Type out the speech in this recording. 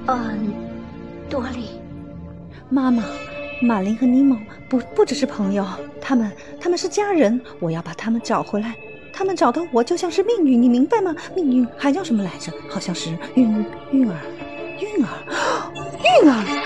多莉， 妈妈，马林和尼莫不只是朋友，他们是家人，我要把他们找回来。他们找到我就像是命运，你明白吗？命运还叫什么来着？好像是运儿。